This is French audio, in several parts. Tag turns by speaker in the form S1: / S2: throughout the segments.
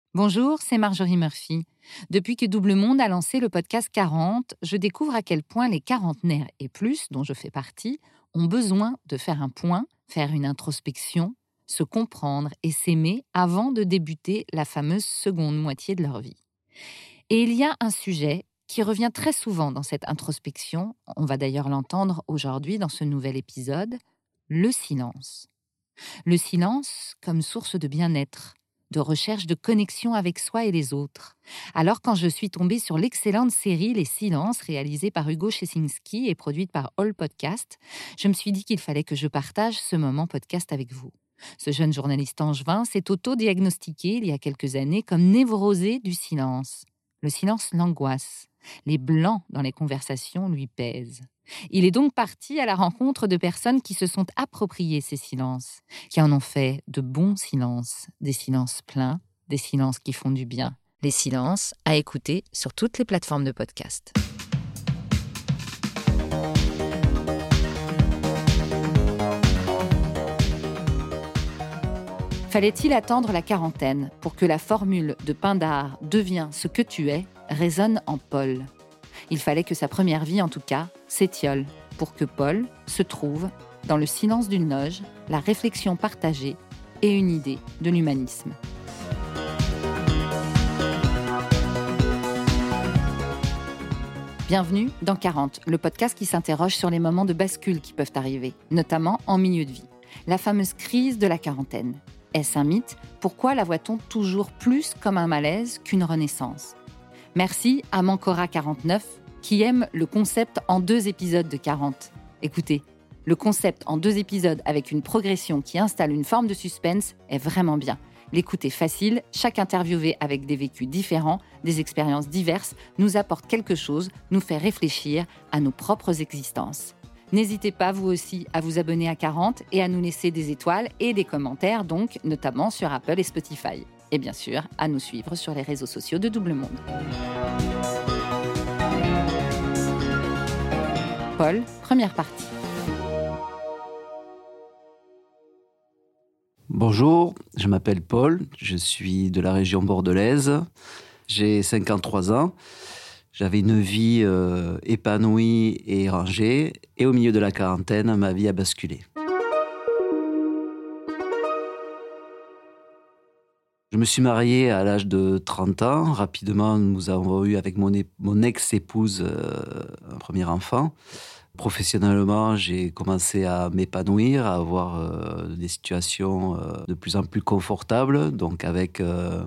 S1: Bonjour, c'est Marjorie Murphy. Depuis que Double Monde a lancé le podcast 40, je découvre à quel point les quarantenaires et plus, dont je fais partie, ont besoin de faire un point, faire une introspection, se comprendre et s'aimer avant de débuter la fameuse seconde moitié de leur vie. Et il y a un sujet qui revient très souvent dans cette introspection, on va d'ailleurs l'entendre aujourd'hui dans ce nouvel épisode, le silence. Le silence comme source de bien-être, de recherche de connexion avec soi et les autres. Alors quand je suis tombée sur l'excellente série Les Silences, réalisée par Hugo Czesinski et produite par All Podcast, je me suis dit qu'il fallait que je partage ce moment podcast avec vous. Ce jeune journaliste angevin s'est auto-diagnostiqué il y a quelques années comme névrosé du silence. Le silence l'angoisse. Les blancs dans les conversations lui pèsent. Il est donc parti à la rencontre de personnes qui se sont appropriées ces silences, qui en ont fait de bons silences, des silences pleins, des silences qui font du bien. Les silences à écouter sur toutes les plateformes de podcast. Fallait-il attendre la quarantaine pour que la formule de Pindare « deviens ce que tu es » résonne en Paul? Il fallait que sa première vie, en tout cas, s'étiole pour que Paul se trouve, dans le silence d'une loge, la réflexion partagée et une idée de l'humanisme. Bienvenue dans 40, le podcast qui s'interroge sur les moments de bascule qui peuvent arriver, notamment en milieu de vie. La fameuse crise de la quarantaine. Est-ce un mythe? Pourquoi la voit-on toujours plus comme un malaise qu'une renaissance? Merci à Mancora49 qui aime le concept en 2 épisodes de 40. Écoutez, le concept en 2 épisodes avec une progression qui installe une forme de suspense est vraiment bien. L'écoute est facile, chaque interviewé avec des vécus différents, des expériences diverses, nous apporte quelque chose, nous fait réfléchir à nos propres existences. N'hésitez pas, vous aussi, à vous abonner à 40 et à nous laisser des étoiles et des commentaires, donc notamment sur Apple et Spotify. Et bien sûr, à nous suivre sur les réseaux sociaux de Double Monde. Paul, première partie.
S2: Bonjour, je m'appelle Paul, je suis de la région bordelaise, j'ai 53 ans, j'avais une vie épanouie et rangée, et au milieu de la quarantaine, ma vie a basculé. Je me suis marié à l'âge de 30 ans, rapidement nous avons eu avec mon ex-épouse un premier enfant. Professionnellement, j'ai commencé à m'épanouir, à avoir des situations de plus en plus confortables, donc avec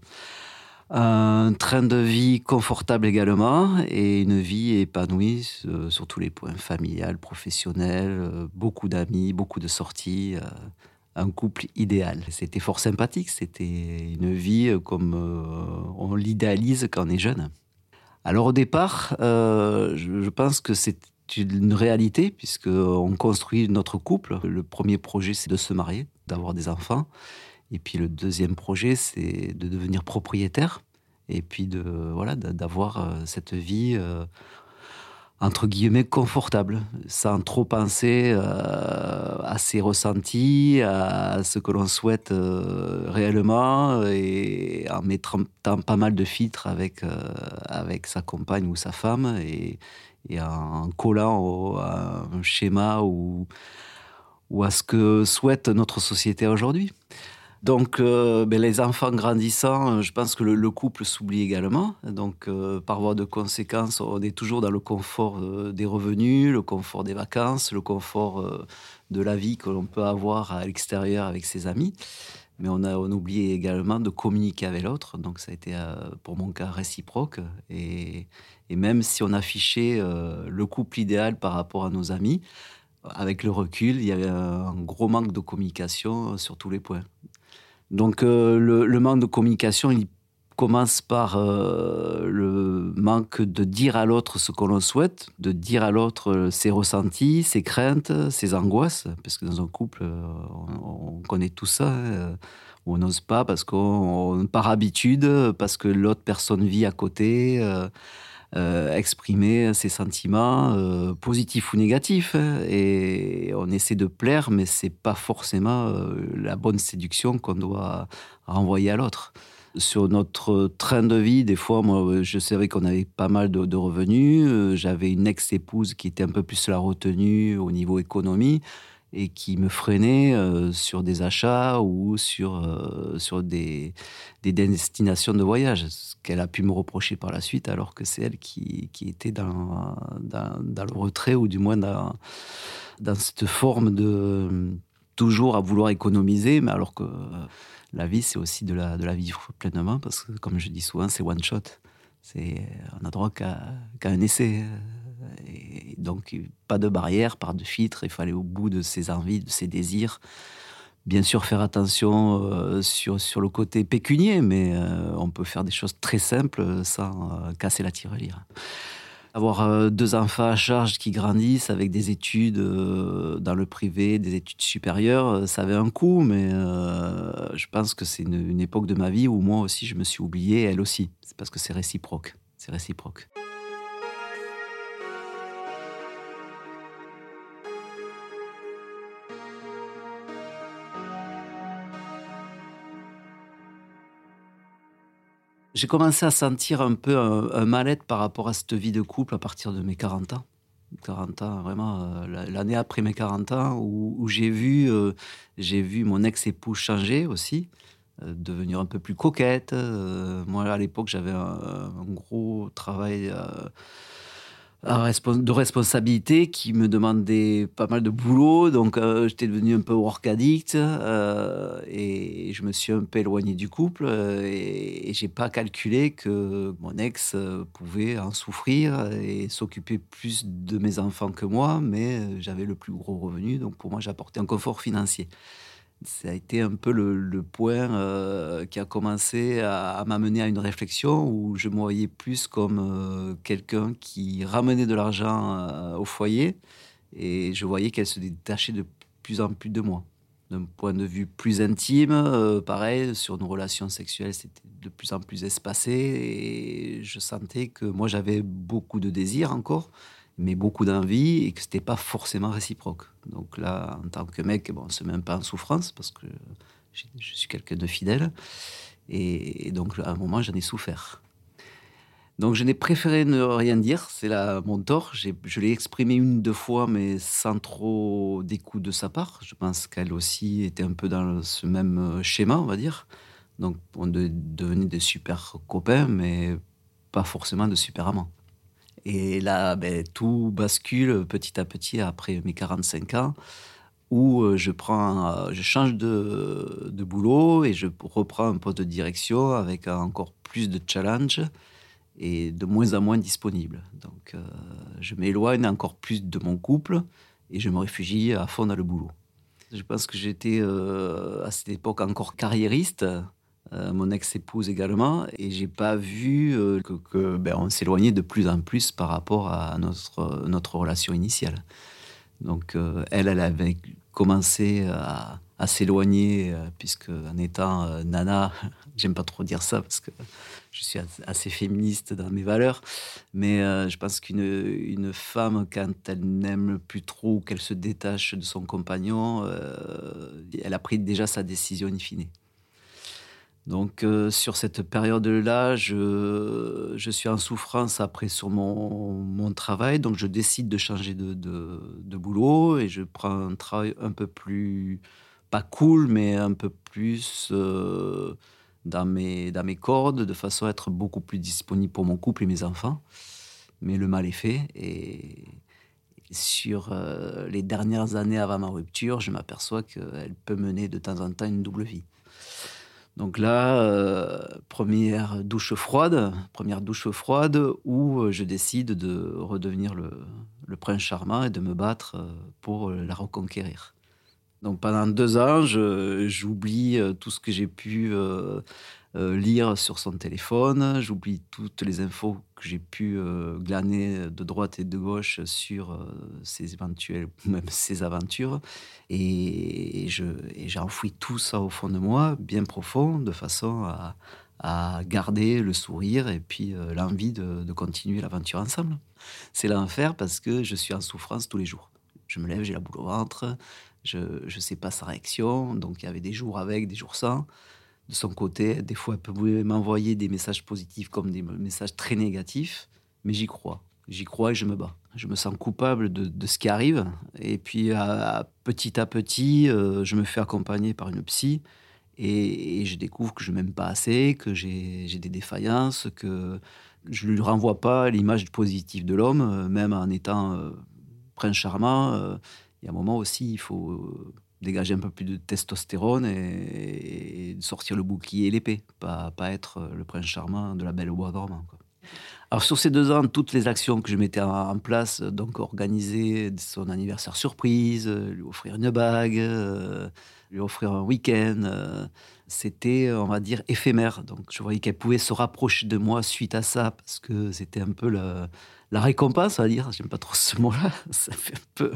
S2: un train de vie confortable également et une vie épanouie sur tous les points, familial, professionnel, beaucoup d'amis, beaucoup de sorties, un couple idéal. C'était fort sympathique, c'était une vie comme on l'idéalise quand on est jeune. Alors au départ, je pense que c'est une réalité, puisqu'on construit notre couple. Le premier projet, c'est de se marier, d'avoir des enfants. Et puis le deuxième projet, c'est de devenir propriétaire. Et puis d'avoir cette vie, entre guillemets, confortable, sans trop penser à ses ressentis, à ce que l'on souhaite réellement, et en mettant pas mal de filtres avec sa compagne ou sa femme, et en collant à un schéma ou à ce que souhaite notre société aujourd'hui. Donc, les enfants grandissant, je pense que le couple s'oublie également. Donc, par voie de conséquence, on est toujours dans le confort des revenus, le confort des vacances, le confort de la vie que l'on peut avoir à l'extérieur avec ses amis. Mais on oublie également de communiquer avec l'autre. Donc, ça a été, pour mon cas, réciproque. Et même si on affichait le couple idéal par rapport à nos amis, avec le recul, il y avait un gros manque de communication sur tous les points. Donc, le manque de communication, il commence par le manque de dire à l'autre ce qu'on souhaite, de dire à l'autre ses ressentis, ses craintes, ses angoisses, parce que dans un couple, on connaît tout ça, où on n'ose pas parce par habitude, parce que l'autre personne vit à côté, exprimer ses sentiments, positifs ou négatifs, et on essaie de plaire, mais c'est pas forcément la bonne séduction qu'on doit renvoyer à l'autre. Sur notre train de vie, des fois, moi, je savais qu'on avait pas mal de revenus. J'avais une ex-épouse qui était un peu plus la retenue au niveau économie et qui me freinait sur des achats ou sur des destinations de voyage. Ce qu'elle a pu me reprocher par la suite, alors que c'est elle qui était dans le retrait, ou du moins dans cette forme de toujours à vouloir économiser, mais alors que la vie, c'est aussi de la vivre pleinement, parce que, comme je dis souvent, c'est one shot. On n'a droit qu'à un essai. Et donc, pas de barrière, pas de filtre. Il faut aller au bout de ses envies, de ses désirs. Bien sûr, faire attention sur le côté pécunier, mais on peut faire des choses très simples sans casser la tirelire. Avoir 2 enfants à charge qui grandissent avec des études dans le privé, des études supérieures, ça avait un coût, mais je pense que c'est une époque de ma vie où moi aussi je me suis oublié, elle aussi. C'est parce que c'est réciproque. C'est réciproque. J'ai commencé à sentir un peu un mal-être par rapport à cette vie de couple à partir de mes 40 ans. 40 ans, vraiment, l'année après mes 40 ans où j'ai vu mon ex-épouse changer aussi, devenir un peu plus coquette. Moi, à l'époque, j'avais un gros travail, de responsabilité qui me demandait pas mal de boulot, donc j'étais devenu un peu work addict, et je me suis un peu éloigné du couple, et j'ai pas calculé que mon ex pouvait en souffrir et s'occuper plus de mes enfants que moi, mais j'avais le plus gros revenu, donc pour moi j'apportais un confort financier. Ça a été un peu le point qui a commencé à m'amener à une réflexion où je me voyais plus comme quelqu'un qui ramenait de l'argent au foyer, et je voyais qu'elle se détachait de plus en plus de moi. D'un point de vue plus intime, pareil, sur nos relations sexuelles, c'était de plus en plus espacé, et je sentais que moi j'avais beaucoup de désirs encore, mais beaucoup d'envie, et que c'était pas forcément réciproque. Donc là, en tant que mec, bon, on se met un peu en souffrance parce que je suis quelqu'un de fidèle, et donc à un moment j'en ai souffert. Donc je n'ai préféré ne rien dire, c'est là mon tort. Je l'ai exprimé une, 2 fois, mais sans trop d'écoute de sa part. Je pense qu'elle aussi était un peu dans ce même schéma, on va dire. Donc on devenait des super copains, mais pas forcément de super amants. Et là, tout bascule petit à petit après mes 45 ans, où je change de boulot, et je reprends un poste de direction avec encore plus de challenge et de moins en moins disponible. Donc, je m'éloigne encore plus de mon couple et je me réfugie à fond dans le boulot. Je pense que j'étais à cette époque encore carriériste, mon ex-épouse également, et j'ai pas vu on s'éloignait de plus en plus par rapport à notre relation initiale. Donc, elle avait commencé à s'éloigner, puisque en étant nana, j'aime pas trop dire ça parce que je suis assez féministe dans mes valeurs, mais je pense qu'une femme, quand elle n'aime plus trop ou qu'elle se détache de son compagnon, elle a pris déjà sa décision in fine. Donc, sur cette période-là, je suis en souffrance après sur mon travail, donc je décide de changer de boulot, et je prends un travail un peu plus, pas cool, mais un peu plus dans mes cordes, de façon à être beaucoup plus disponible pour mon couple et mes enfants. Mais le mal est fait, et sur les dernières années avant ma rupture, je m'aperçois qu'elle peut mener de temps en temps une double vie. Donc là, première douche froide où je décide de redevenir le prince charmant et de me battre pour la reconquérir. Donc pendant 2 ans, j'oublie tout ce que j'ai pu lire sur son téléphone. J'oublie toutes les infos que j'ai pu glaner de droite et de gauche sur ses éventuelles ou même ses aventures. Et j'enfouis tout ça au fond de moi, bien profond, de façon à garder le sourire et puis l'envie de continuer l'aventure ensemble. C'est l'enfer parce que je suis en souffrance tous les jours. Je me lève, j'ai la boule au ventre, je ne sais pas sa réaction, donc il y avait des jours avec, des jours sans. de son côté. Des fois, elle pouvait m'envoyer des messages positifs comme des messages très négatifs, mais j'y crois. J'y crois et je me bats. Je me sens coupable de ce qui arrive. Et puis, petit à petit, je me fais accompagner par une psy et je découvre que je m'aime pas assez, que j'ai des défaillances, que je ne lui renvoie pas l'image positive de l'homme, même en étant prince charmant. Il y a un moment aussi, il faut dégager un peu plus de testostérone et sortir le bouclier et l'épée, pas être le prince charmant de la Belle au bois dormant, quoi. Alors sur ces 2 ans, toutes les actions que je mettais en place, donc organiser son anniversaire surprise, lui offrir une bague, lui offrir un week-end, c'était, on va dire, éphémère. Donc je voyais qu'elle pouvait se rapprocher de moi suite à ça, parce que c'était un peu la récompense, on va dire. J'aime pas trop ce mot-là, ça fait un peu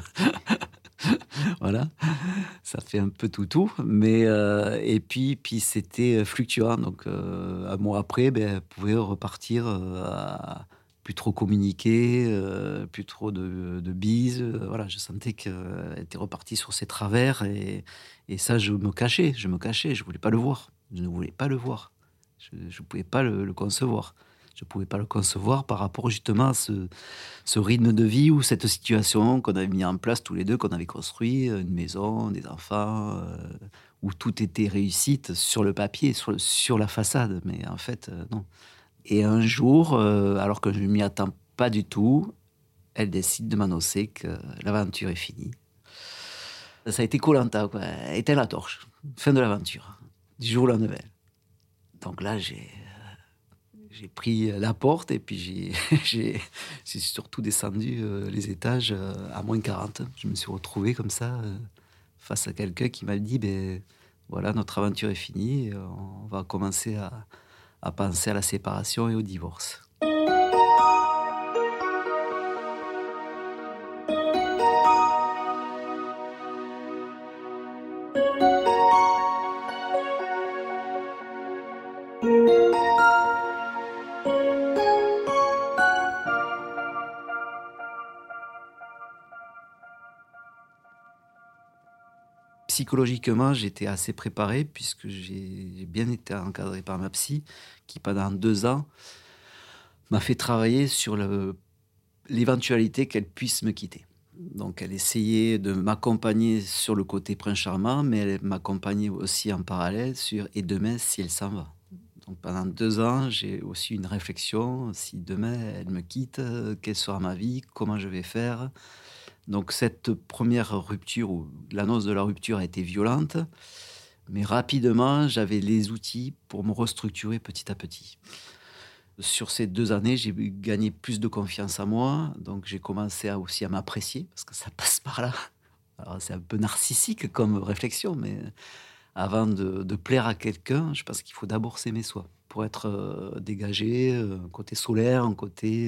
S2: voilà, ça fait un peu toutou, mais et puis c'était fluctuant. Donc un mois après, elle pouvait repartir, à plus trop communiquer, plus trop de bises, voilà, je sentais qu'elle était repartie sur ses travers et ça, je me cachais, je voulais pas le voir. Je ne voulais pas le voir. Je pouvais pas le concevoir. Je pouvais pas le concevoir par rapport justement à ce rythme de vie ou cette situation qu'on avait mis en place tous les 2, qu'on avait construit, une maison, des enfants, où tout était réussite sur le papier, sur la façade, mais en fait, non. Et un jour, alors que je ne m'y attends pas du tout, elle décide de m'annoncer que l'aventure est finie. Ça a été koh quoi, éteins la torche, fin de l'aventure, du jour au lendemain. Donc là, j'ai pris la porte et puis j'ai surtout descendu les étages à -40. Je me suis retrouvé comme ça face à quelqu'un qui m'a dit ben voilà, notre aventure est finie, on va commencer à penser à la séparation et au divorce. Psychologiquement, j'étais assez préparé puisque j'ai bien été encadré par ma psy qui, pendant 2 ans, m'a fait travailler sur l'éventualité qu'elle puisse me quitter. Donc elle essayait de m'accompagner sur le côté prince charmant, mais elle m'accompagnait aussi en parallèle sur «Et demain, si elle s'en va?» Donc pendant 2 ans, j'ai aussi une réflexion: «Si demain elle me quitte, quelle sera ma vie? Comment je vais faire?» Donc cette première rupture ou l'annonce de la rupture a été violente, mais rapidement, j'avais les outils pour me restructurer petit à petit. Sur ces 2 années, j'ai gagné plus de confiance en moi, donc j'ai commencé aussi à m'apprécier parce que ça passe par là. Alors c'est un peu narcissique comme réflexion, mais avant de plaire à quelqu'un, je pense qu'il faut d'abord s'aimer soi pour être, dégagé, un côté solaire, un côté,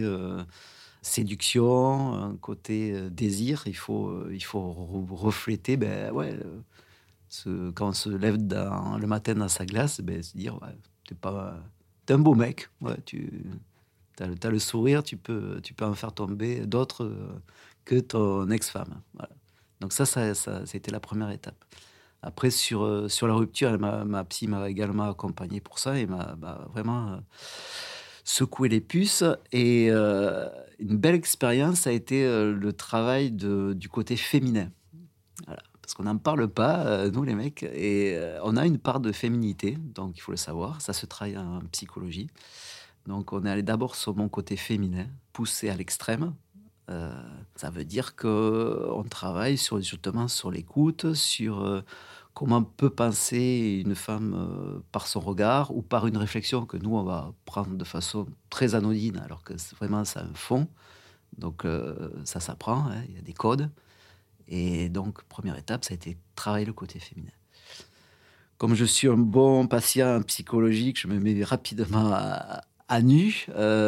S2: séduction, un côté, désir. Il faut refléter, ben ouais, quand on se lève le matin dans sa glace, ben se dire: «Ouais, tu pas tu un beau mec, ouais, tu as le sourire, tu peux en faire tomber d'autres, que ton ex-femme». Voilà. Donc ça, c'était la première étape. Après sur la rupture, ma psy m'a également accompagné pour ça et m'a vraiment, secoué les puces et une belle expérience a été, le travail du côté féminin. Voilà, parce qu'on n'en parle pas, nous les mecs et on a une part de féminité, donc il faut le savoir, ça se travaille en psychologie. Donc on est allé d'abord sur mon côté féminin, poussé à l'extrême. Heu, Ça veut dire qu'on travaille justement sur l'écoute, sur, comment peut penser une femme, par son regard ou par une réflexion que nous on va prendre de façon très anodine alors que vraiment ça a un fond. Donc ça s'apprend, hein, il y a des codes. Et donc, première étape, ça a été travailler le côté féminin. Comme je suis un bon patient psychologique, je me mets rapidement à nu.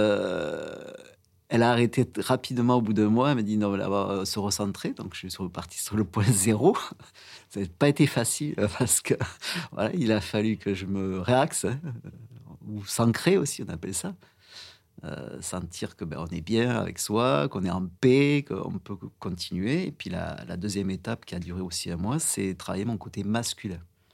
S2: Elle a arrêté rapidement au bout d'un mois. Elle m'a dit: «Non, mais là, on va se recentrer». Donc je suis reparti sur le point zéro. Ça n'a pas été facile, parce que voilà, il a fallu que je me réaxe, hein, ou s'ancrer aussi, on appelle ça. Sentir que, ben, on est bien avec soi, qu'on est en paix, qu'on peut continuer et puis la 2e étape qui a duré aussi un mois, c'est travailler mon côté masculin.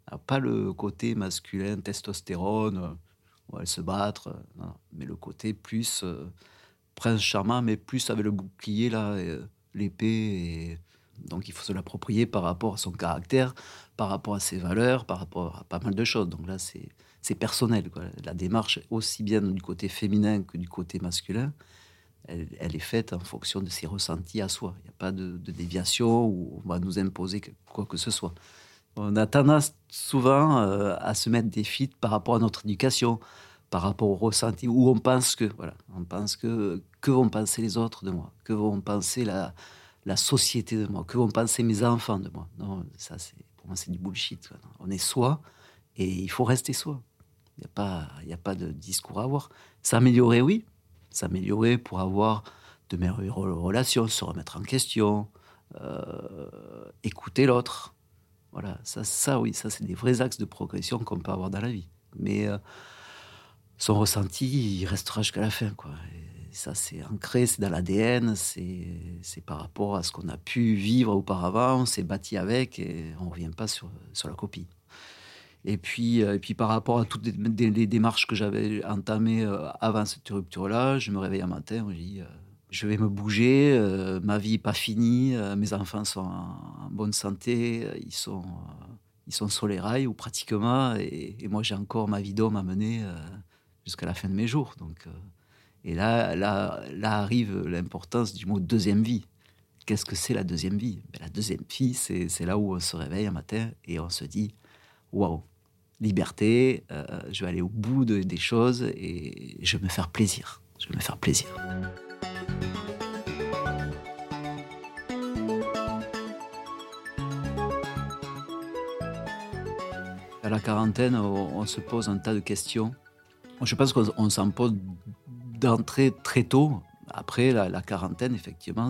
S2: Alors, pas le côté masculin, testostérone, on va se battre, non, mais le côté plus, prince charmant, mais plus avec le bouclier là, l'épée et donc il faut se l'approprier par rapport à son caractère, par rapport à ses valeurs, par rapport à pas mal de choses. Donc là, c'est personnel, quoi. La démarche, aussi bien du côté féminin que du côté masculin, elle est faite en fonction de ses ressentis à soi. Il n'y a pas de déviation où on va nous imposer quoi que ce soit. On a tendance souvent à se mettre des feats par rapport à notre éducation, par rapport au ressenti, où on pense que, voilà, on pense que vont penser les autres de moi, que vont penser la société de moi, que vont penser mes enfants de moi. Non, ça, pour moi, c'est du bullshit, quoi. On est soi et il faut rester soi. Il y a pas de discours à avoir. S'améliorer, oui. S'améliorer pour avoir de meilleures relations, se remettre en question, écouter l'autre. Voilà, ça oui, ça c'est des vrais axes de progression qu'on peut avoir dans la vie. Mais son ressenti, il restera jusqu'à la fin, quoi. Et ça, c'est ancré, c'est dans l'ADN, c'est par rapport à ce qu'on a pu vivre auparavant, on s'est bâti avec et on ne revient pas sur la copie. Et puis par rapport à toutes les démarches que j'avais entamées avant cette rupture-là, je me réveille un matin, je dis je vais me bouger, ma vie n'est pas finie, mes enfants sont en bonne santé, ils sont sur les rails ou pratiquement, et moi j'ai encore ma vie d'homme à mener jusqu'à la fin de mes jours. Donc, et là arrive l'importance du mot deuxième vie. Qu'est-ce que c'est la deuxième vie? La deuxième vie, c'est là où on se réveille un matin et on se dit waouh, liberté, je vais aller au bout des choses et je vais me faire plaisir. Je vais me faire plaisir. À la quarantaine, on se pose un tas de questions. Je pense qu'on s'en pose d'entrée très tôt. Après, la quarantaine, effectivement,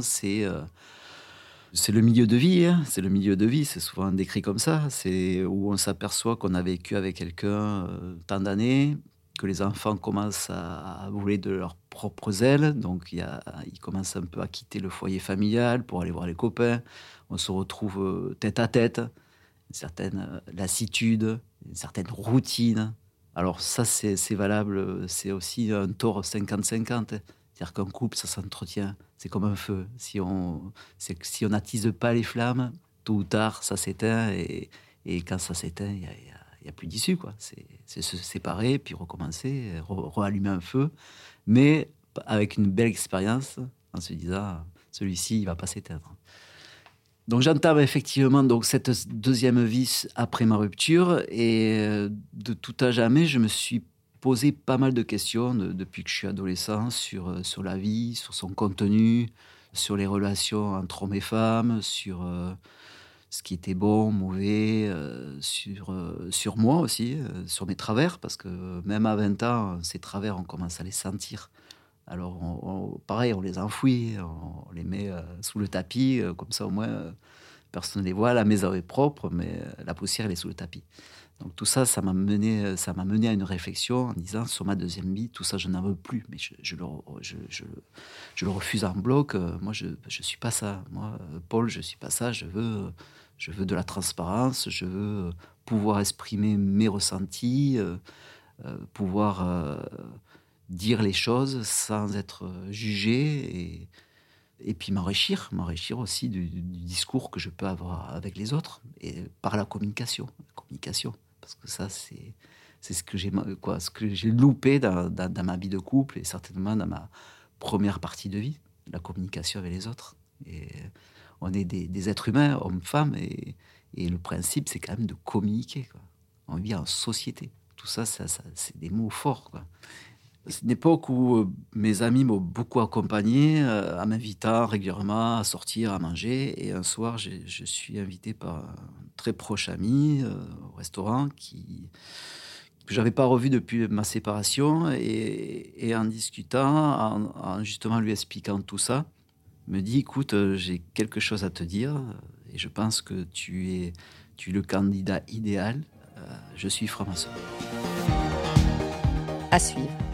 S2: c'est le milieu de vie, hein. C'est le milieu de vie, c'est souvent décrit comme ça. C'est où on s'aperçoit qu'on a vécu avec quelqu'un tant d'années, que les enfants commencent à voler de leurs propres ailes. Donc, ils commencent un peu à quitter le foyer familial pour aller voir les copains. On se retrouve tête à tête, une certaine lassitude, une certaine routine. Alors ça, c'est valable, c'est aussi un tort 50-50, hein. C'est-à-dire qu'un couple, ça s'entretient, c'est comme un feu. Si on n'attise pas les flammes, tôt ou tard, ça s'éteint. Et quand ça s'éteint, il y a plus d'issue, quoi. C'est se séparer, puis recommencer, rallumer un feu. Mais avec une belle expérience, en se disant, celui-ci, il va pas s'éteindre. Donc j'entame effectivement donc cette deuxième vie après ma rupture et de tout à jamais, je me suis posé pas mal de questions depuis que je suis adolescent sur la vie, sur son contenu, sur les relations entre hommes et femmes, sur ce qui était bon, mauvais, sur moi aussi, sur mes travers, parce que même à 20 ans, ces travers, on commence à les sentir. Alors, pareil, on les enfouit, on les met sous le tapis, comme ça au moins personne ne les voit. La maison est propre, mais la poussière elle est sous le tapis. Donc tout ça, ça m'a mené à une réflexion en disant sur ma deuxième vie, tout ça, je n'en veux plus, mais je le refuse en bloc. Moi, je suis pas ça. Moi, Paul, je suis pas ça. Je veux de la transparence. Je veux pouvoir exprimer mes ressentis, pouvoir dire les choses sans être jugé et puis m'enrichir aussi du discours que je peux avoir avec les autres et par la communication. Parce que ça, c'est ce que j'ai loupé dans ma vie de couple et certainement dans ma première partie de vie, la communication avec les autres. Et on est des êtres humains, hommes-femmes, et le principe, c'est quand même de communiquer, quoi. On vit en société. Tout ça, c'est des mots forts, quoi. C'est une époque où mes amis m'ont beaucoup accompagné, en m'invitant régulièrement à sortir, à manger. Et un soir, je suis invité par un très proche ami au restaurant que j'avais pas revu depuis ma séparation. Et en discutant, en justement lui expliquant tout ça, il me dit, écoute, j'ai quelque chose à te dire et je pense que tu es le candidat idéal. Je suis franc-maçon.
S1: À suivre.